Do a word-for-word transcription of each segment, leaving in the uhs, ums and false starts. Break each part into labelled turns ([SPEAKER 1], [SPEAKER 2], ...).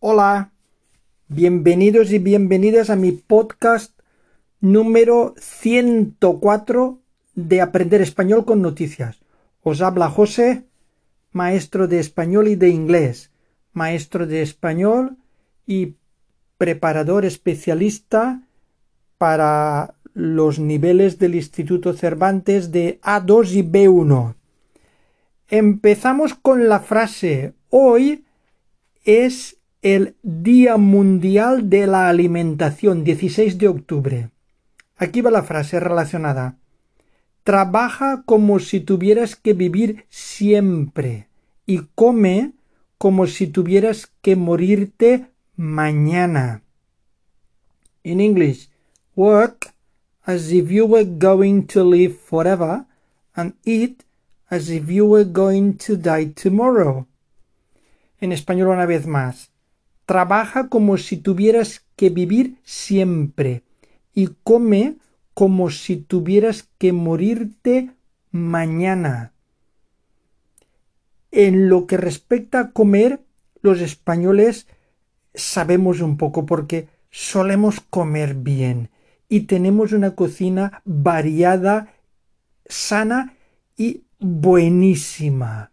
[SPEAKER 1] Hola, bienvenidos y bienvenidas a mi podcast número ciento cuatro de Aprender Español con Noticias. Os habla José, maestro de español y de inglés, maestro de español y preparador especialista para los niveles del Instituto Cervantes de A dos y B uno. Empezamos con la frase: hoy es el Día Mundial de la Alimentación, dieciséis de octubre. Aquí va la frase relacionada. Trabaja como si tuvieras que vivir siempre y come como si tuvieras que morirte mañana. In English, work as if you were going to live forever and eat as if you were going to die tomorrow. En español una vez más. Trabaja como si tuvieras que vivir siempre y come como si tuvieras que morirte mañana. En lo que respecta a comer, los españoles sabemos un poco porque solemos comer bien y tenemos una cocina variada, sana y buenísima.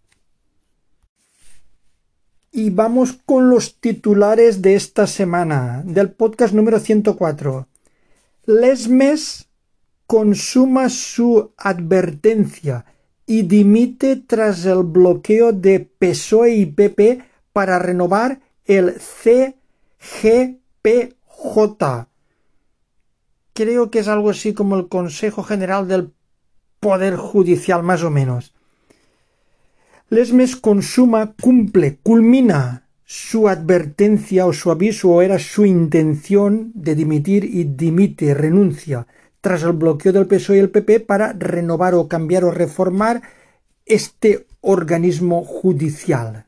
[SPEAKER 1] Y vamos con los titulares de esta semana, del podcast número ciento cuatro. Lesmes consuma su advertencia y dimite tras el bloqueo de P S O E y P P para renovar el C G P J. Creo que es algo así como el Consejo General del Poder Judicial, más o menos. Lesmes consuma, cumple, culmina su advertencia o su aviso o era su intención de dimitir y dimite, renuncia, tras el bloqueo del P S O E y el P P para renovar o cambiar o reformar este organismo judicial.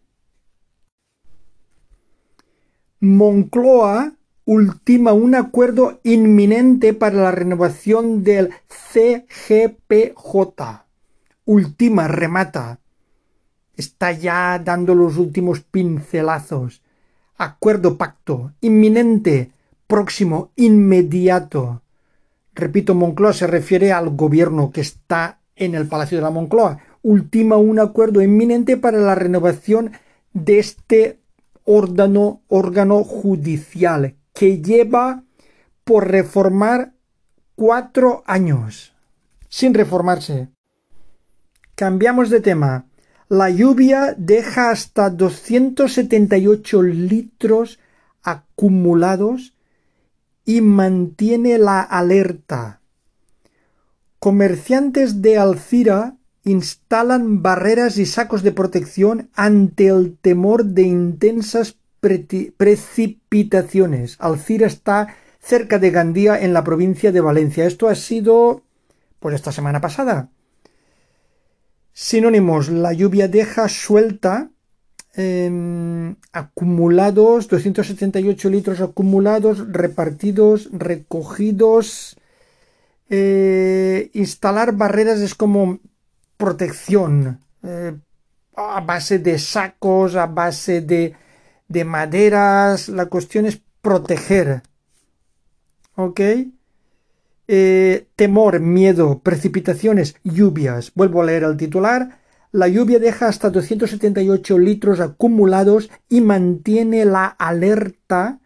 [SPEAKER 1] Moncloa ultima un acuerdo inminente para la renovación del C G P J. Ultima, remata. Está ya dando los últimos pincelazos. Acuerdo, pacto, inminente, próximo, inmediato. Repito, Moncloa se refiere al gobierno que está en el Palacio de la Moncloa. Ultima un acuerdo inminente para la renovación de este órgano, órgano judicial que lleva por reformar cuatro años sin reformarse. Cambiamos de tema. La lluvia deja hasta doscientos setenta y ocho litros acumulados y mantiene la alerta. Comerciantes de Alcira instalan barreras y sacos de protección ante el temor de intensas pre- precipitaciones. Alcira está cerca de Gandía, en la provincia de Valencia. Esto ha sido por esta semana pasada. Sinónimos: la lluvia deja suelta, eh, acumulados, doscientos setenta y ocho litros acumulados, repartidos, recogidos. Eh, instalar barreras es como protección, eh, a base de sacos, a base de, de maderas. La cuestión es proteger. ¿Ok? Eh, temor, miedo, precipitaciones, lluvias. Vuelvo a leer el titular. La lluvia deja hasta doscientos setenta y ocho litros acumulados y mantiene la alerta.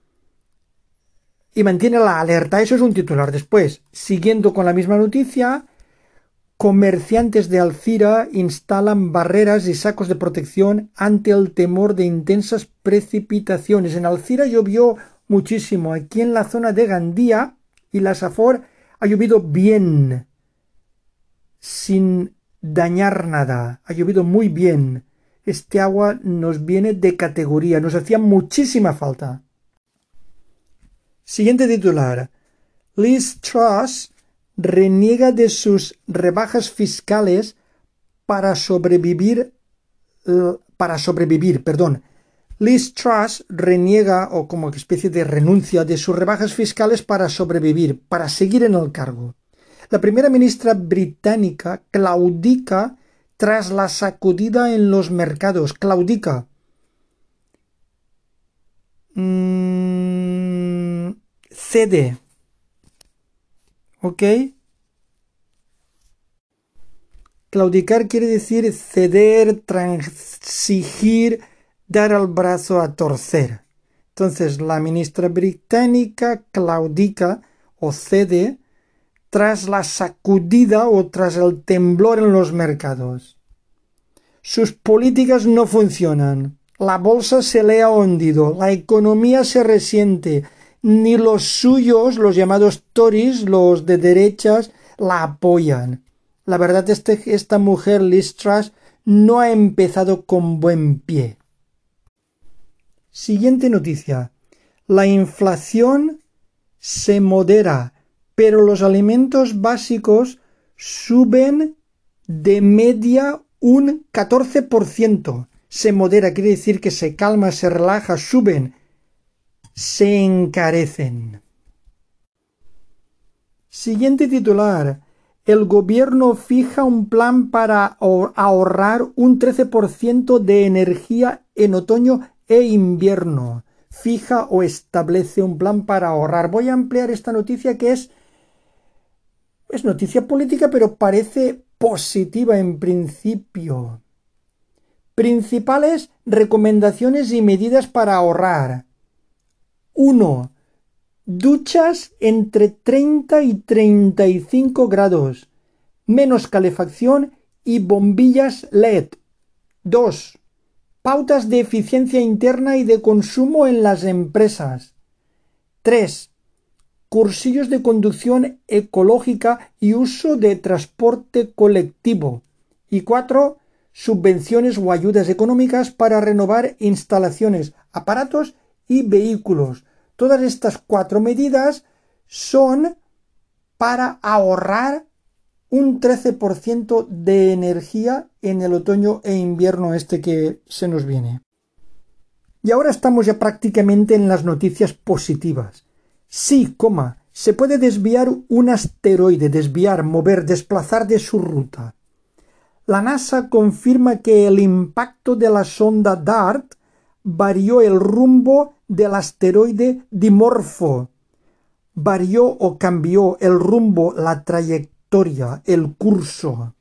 [SPEAKER 1] Y mantiene la alerta. Eso es un titular. Después, siguiendo con la misma noticia, comerciantes de Alcira instalan barreras y sacos de protección ante el temor de intensas precipitaciones. En Alcira llovió muchísimo. Aquí en la zona de Gandía y la Safor ha llovido bien, sin dañar nada. Ha llovido muy bien. Este agua nos viene de categoría, nos hacía muchísima falta. Siguiente titular. Liz Truss reniega de sus rebajas fiscales para sobrevivir, para sobrevivir, perdón. Liz Truss reniega, o como especie de renuncia, de sus rebajas fiscales para sobrevivir, para seguir en el cargo. La primera ministra británica claudica tras la sacudida en los mercados. Claudica. Mm, cede. ¿Ok? Claudicar quiere decir ceder, transigir, dar el brazo a torcer. Entonces, la ministra británica claudica o cede tras la sacudida o tras el temblor en los mercados. Sus políticas no funcionan. La bolsa se le ha hundido, la economía se resiente, ni los suyos, los llamados Tories, los de derechas, la apoyan. La verdad es que esta mujer, Liz Truss, no ha empezado con buen pie. Siguiente noticia. La inflación se modera, pero los alimentos básicos suben de media un catorce por ciento. Se modera, quiere decir que se calma, se relaja, suben, se encarecen. Siguiente titular. El gobierno fija un plan para ahorrar un trece por ciento de energía en otoño e invierno. Fija o establece un plan para ahorrar. Voy a ampliar esta noticia que es, es noticia política, pero parece positiva en principio. Principales recomendaciones y medidas para ahorrar. uno. Duchas entre treinta y treinta y cinco grados, menos calefacción y bombillas L E D. dos. Pautas de eficiencia interna y de consumo en las empresas. tres. Cursillos de conducción ecológica y uso de transporte colectivo. Y cuatro. Subvenciones o ayudas económicas para renovar instalaciones, aparatos y vehículos. Todas estas cuatro medidas son para ahorrar un trece por ciento de energía en el otoño e invierno este que se nos viene. Y ahora estamos ya prácticamente en las noticias positivas. Sí, coma, se puede desviar un asteroide, desviar, mover, desplazar de su ruta. La NASA confirma que el impacto de la sonda DART varió el rumbo del asteroide Dimorfo. Varió o cambió el rumbo, la trayectoria, el curso.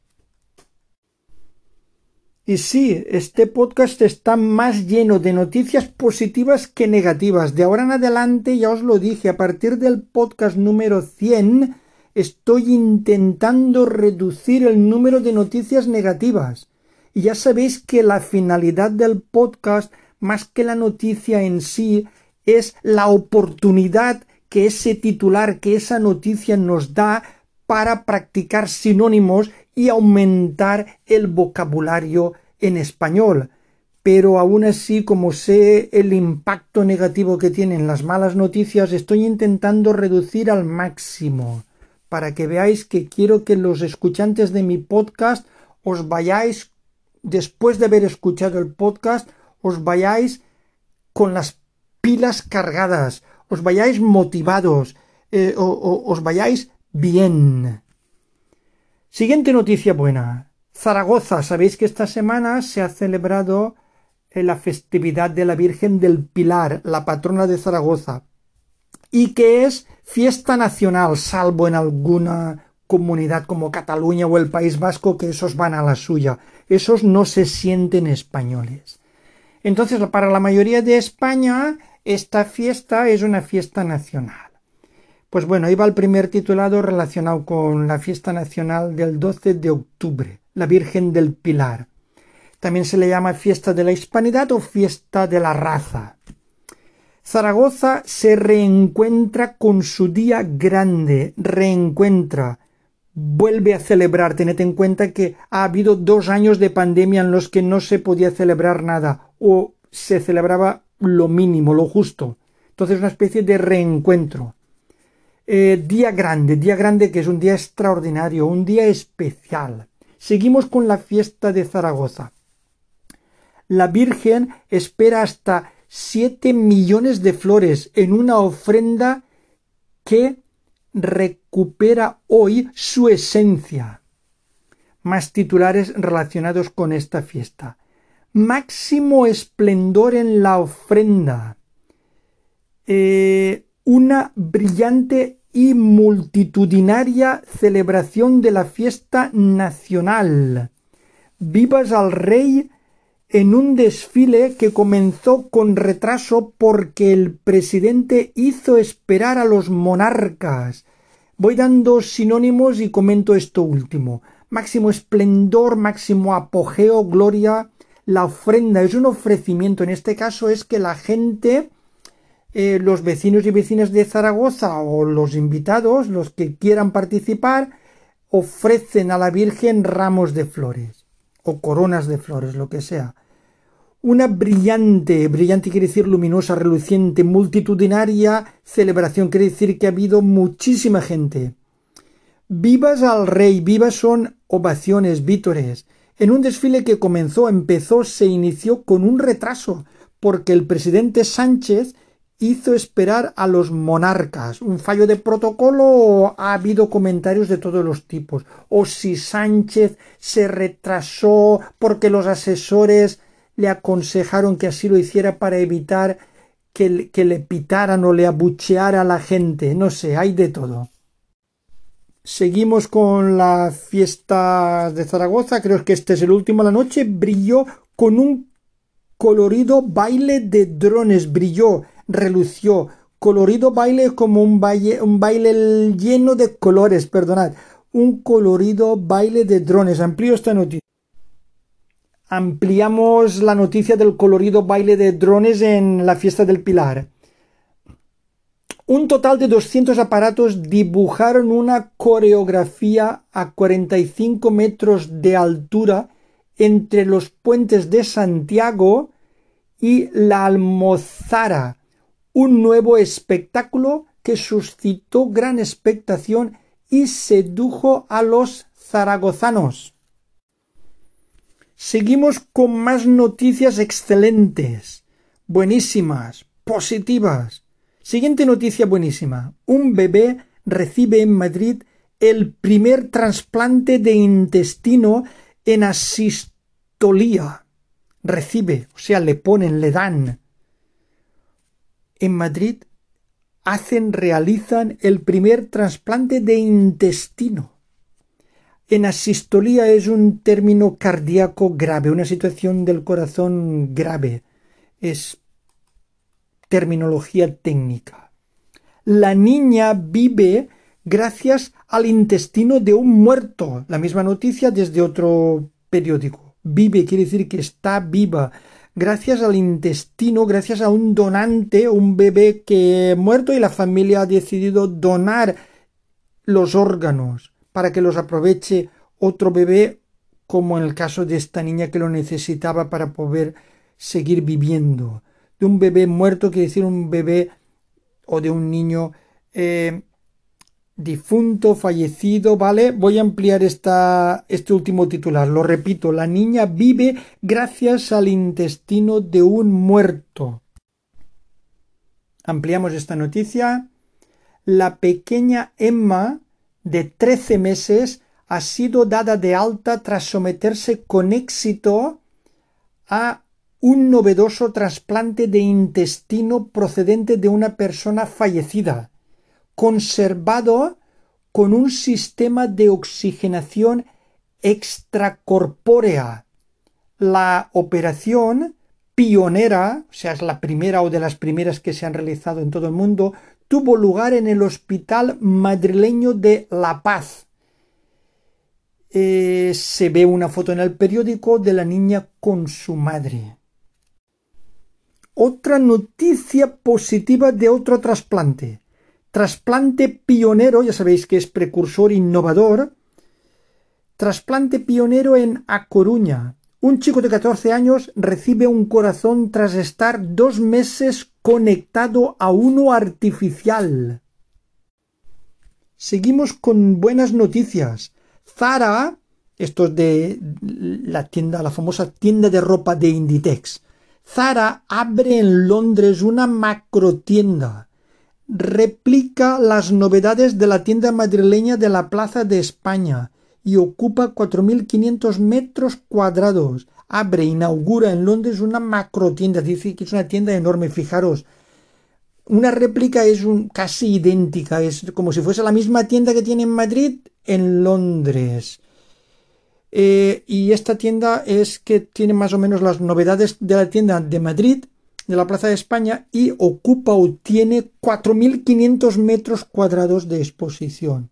[SPEAKER 1] Y sí, este podcast está más lleno de noticias positivas que negativas. De ahora en adelante, ya os lo dije, a partir del podcast número cien, estoy intentando reducir el número de noticias negativas. Y ya sabéis que la finalidad del podcast, más que la noticia en sí, es la oportunidad que ese titular, que esa noticia nos da para practicar sinónimos y aumentar el vocabulario en español. Pero aún así, como sé el impacto negativo que tienen las malas noticias, estoy intentando reducir al máximo, para que veáis que quiero que los escuchantes de mi podcast os vayáis, después de haber escuchado el podcast, os vayáis con las pilas cargadas, os vayáis motivados, eh, o, o, os vayáis bien. Siguiente noticia buena. Zaragoza. Sabéis que esta semana se ha celebrado la festividad de la Virgen del Pilar, la patrona de Zaragoza, y que es fiesta nacional, salvo en alguna comunidad como Cataluña o el País Vasco, que esos van a la suya. Esos no se sienten españoles. Entonces, para la mayoría de España, esta fiesta es una fiesta nacional. Pues bueno, ahí va el primer titulado relacionado con la fiesta nacional del doce de octubre, la Virgen del Pilar. También se le llama fiesta de la hispanidad o fiesta de la raza. Zaragoza se reencuentra con su día grande, reencuentra, vuelve a celebrar. Tened en cuenta que ha habido dos años de pandemia en los que no se podía celebrar nada o se celebraba lo mínimo, lo justo. Entonces una especie de reencuentro. Eh, día grande, día grande que es un día extraordinario, un día especial. Seguimos con la fiesta de Zaragoza. La Virgen espera hasta siete millones de flores en una ofrenda que recupera hoy su esencia. Más titulares relacionados con esta fiesta. Máximo esplendor en la ofrenda. eh, una brillante y multitudinaria celebración de la fiesta nacional. Vivas al rey en un desfile que comenzó con retraso porque el presidente hizo esperar a los monarcas. Voy dando sinónimos y comento esto último. Máximo esplendor, máximo apogeo, gloria. La ofrenda es un ofrecimiento. En este caso es que la gente, eh, los vecinos y vecinas de Zaragoza o los invitados, los que quieran participar, ofrecen a la Virgen ramos de flores o coronas de flores, lo que sea. Una brillante, brillante quiere decir luminosa, reluciente, multitudinaria celebración, quiere decir que ha habido muchísima gente. Vivas al rey, vivas son ovaciones, vítores. En un desfile que comenzó, empezó, se inició con un retraso, porque el presidente Sánchez hizo esperar a los monarcas. Un fallo de protocolo o ha habido comentarios de todos los tipos. O si Sánchez se retrasó porque los asesores le aconsejaron que así lo hiciera para evitar que, que le pitaran o le abucheara a la gente. No sé, hay de todo. Seguimos con la fiesta de Zaragoza. Creo que este es el último. La noche brilló con un colorido baile de drones. Brilló, relució. Colorido baile como un baile, un baile lleno de colores, perdonad. Un colorido baile de drones. Amplío esta noticia. Ampliamos la noticia del colorido baile de drones en la fiesta del Pilar. Un total de doscientos aparatos dibujaron una coreografía a cuarenta y cinco metros de altura entre los puentes de Santiago y la Almozara, un nuevo espectáculo que suscitó gran expectación y sedujo a los zaragozanos. Seguimos con más noticias excelentes, buenísimas, positivas. Siguiente noticia buenísima. Un bebé recibe en Madrid el primer trasplante de intestino en asistolía. Recibe, o sea, le ponen, le dan. En Madrid hacen, realizan el primer trasplante de intestino. En asistolía es un término cardíaco grave, una situación del corazón grave. Es terminología técnica. La niña vive gracias al intestino de un muerto. La misma noticia desde otro periódico. Vive quiere decir que está viva. Gracias al intestino, gracias a un donante, un bebé que ha muerto y la familia ha decidido donar los órganos para que los aproveche otro bebé, como en el caso de esta niña que lo necesitaba para poder seguir viviendo. De un bebé muerto quiere decir un bebé o de un niño eh, difunto, fallecido, ¿vale? Voy a ampliar esta, este último titular. Lo repito, la niña vive gracias al intestino de un muerto. Ampliamos esta noticia. La pequeña Emma, de trece meses, ha sido dada de alta tras someterse con éxito a un novedoso trasplante de intestino procedente de una persona fallecida, conservado con un sistema de oxigenación extracorpórea. La operación pionera, o sea, es la primera o de las primeras que se han realizado en todo el mundo, tuvo lugar en el Hospital Madrileño de La Paz. Eh, se ve una foto en el periódico de la niña con su madre. Otra noticia positiva de otro trasplante. Trasplante pionero, ya sabéis que es precursor innovador. Trasplante pionero en A Coruña. Un chico de catorce años recibe un corazón tras estar dos meses conectado a uno artificial. Seguimos con buenas noticias. Zara, esto es de la tienda, la famosa tienda de ropa de Inditex. Zara abre en Londres una macrotienda. Replica las novedades de la tienda madrileña de la Plaza de España y ocupa cuatro mil quinientos metros cuadrados. Abre, inaugura en Londres una macrotienda. Dice que es una tienda enorme. Fijaros, una réplica es un, casi idéntica, es como si fuese la misma tienda que tiene en Madrid, en Londres. Eh, y esta tienda es que tiene más o menos las novedades de la tienda de Madrid, de la Plaza de España, y ocupa o tiene cuatro mil quinientos metros cuadrados de exposición.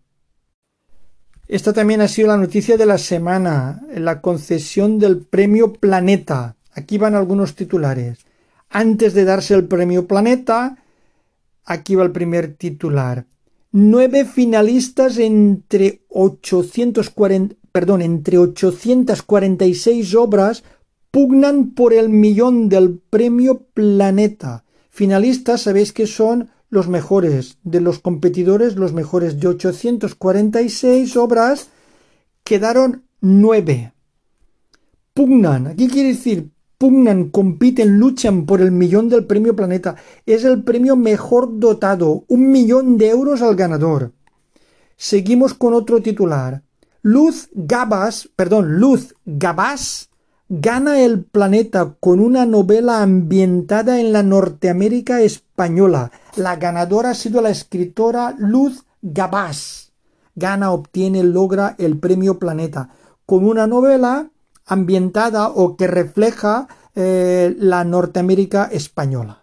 [SPEAKER 1] Esta también ha sido la noticia de la semana, la concesión del Premio Planeta. Aquí van algunos titulares. Antes de darse el Premio Planeta, aquí va el primer titular. Nueve finalistas entre ochocientos cuarenta, perdón, entre ochocientas cuarenta y seis obras pugnan por el millón del Premio Planeta. Finalistas, sabéis que son los mejores de los competidores, los mejores de ochocientas cuarenta y seis obras, quedaron nueve. Pugnan, aquí quiere decir, pugnan, compiten, luchan por el millón del Premio Planeta. Es el premio mejor dotado, un millón de euros al ganador. Seguimos con otro titular. Luz Gabas, perdón, Luz Gabas gana el Planeta con una novela ambientada en la Norteamérica española. La ganadora ha sido la escritora Luz Gabas. Gana, obtiene, logra el Premio Planeta con una novela ambientada o que refleja eh, la Norteamérica española.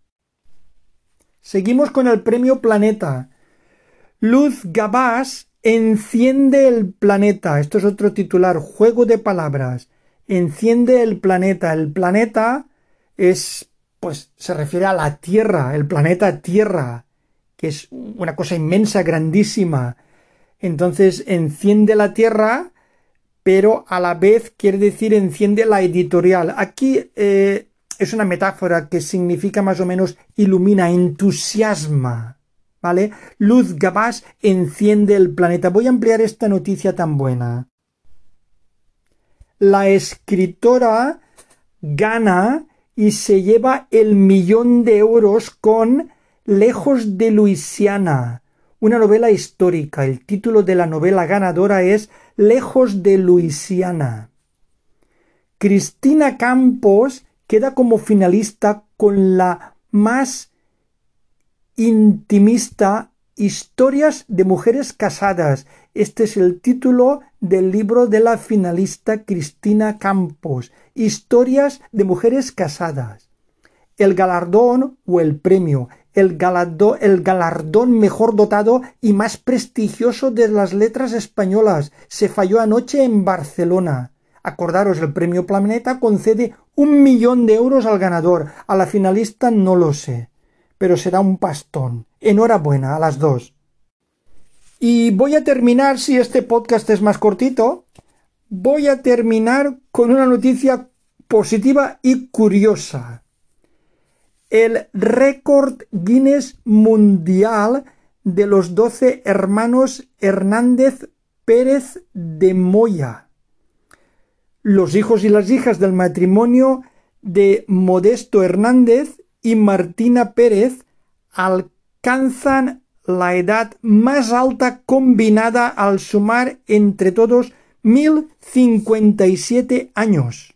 [SPEAKER 1] Seguimos con el Premio Planeta. Luz Gabas enciende el planeta. Esto es otro titular, juego de palabras. Enciende el planeta. El planeta es, pues, se refiere a la Tierra, el planeta Tierra, que es una cosa inmensa, grandísima. Entonces, enciende la Tierra, pero a la vez quiere decir enciende la editorial. Aquí eh, es una metáfora que significa más o menos ilumina, entusiasma, ¿vale? Luz Gabas enciende el planeta. Voy a ampliar esta noticia tan buena. La escritora gana y se lleva el millón de euros con Lejos de Luisiana, una novela histórica. El título de la novela ganadora es Lejos de Luisiana. Cristina Campos queda como finalista con la más intimista Historias de mujeres casadas. Este es el título del libro de la finalista Cristina Campos. Historias de mujeres casadas. El galardón o el premio, el galardón, el galardón mejor dotado y más prestigioso de las letras españolas, se falló anoche en Barcelona. Acordaros, el Premio Planeta concede un millón de euros al ganador. A la finalista no lo sé, pero será un pastón. Enhorabuena a las dos. Y voy a terminar, si este podcast es más cortito, voy a terminar con una noticia positiva y curiosa. El récord Guinness mundial de los doce hermanos Hernández Pérez de Moya. Los hijos y las hijas del matrimonio de Modesto Hernández y Martina Pérez alcanzan la edad más alta combinada al sumar entre todos mil cincuenta y siete años.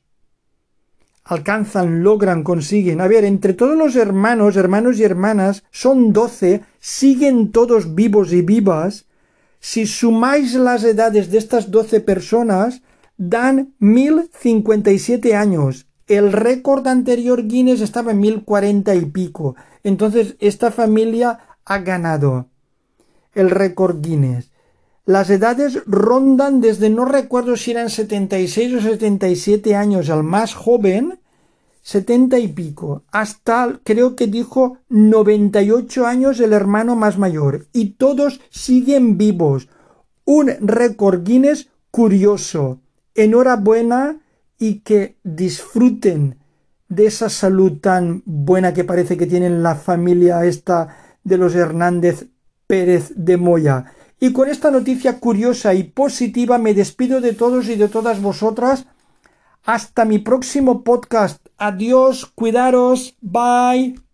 [SPEAKER 1] Alcanzan, logran, consiguen. A ver, entre todos los hermanos, hermanos y hermanas, son doce, siguen todos vivos y vivas. Si sumáis las edades de estas doce personas, dan mil cincuenta y siete años. El récord anterior Guinness estaba en mil cuarenta y pico. Entonces, esta familia ha ganado el récord Guinness. Las edades rondan desde, no recuerdo si eran setenta y seis o setenta y siete años, al más joven, setenta y pico, hasta, creo que dijo, noventa y ocho años el hermano más mayor. Y todos siguen vivos. Un récord Guinness curioso. Enhorabuena y que disfruten de esa salud tan buena que parece que tienen la familia esta de los Hernández Pérez de Moya. Y con esta noticia curiosa y positiva me despido de todos y de todas vosotras. Hasta mi próximo podcast. Adiós, cuidaros, bye.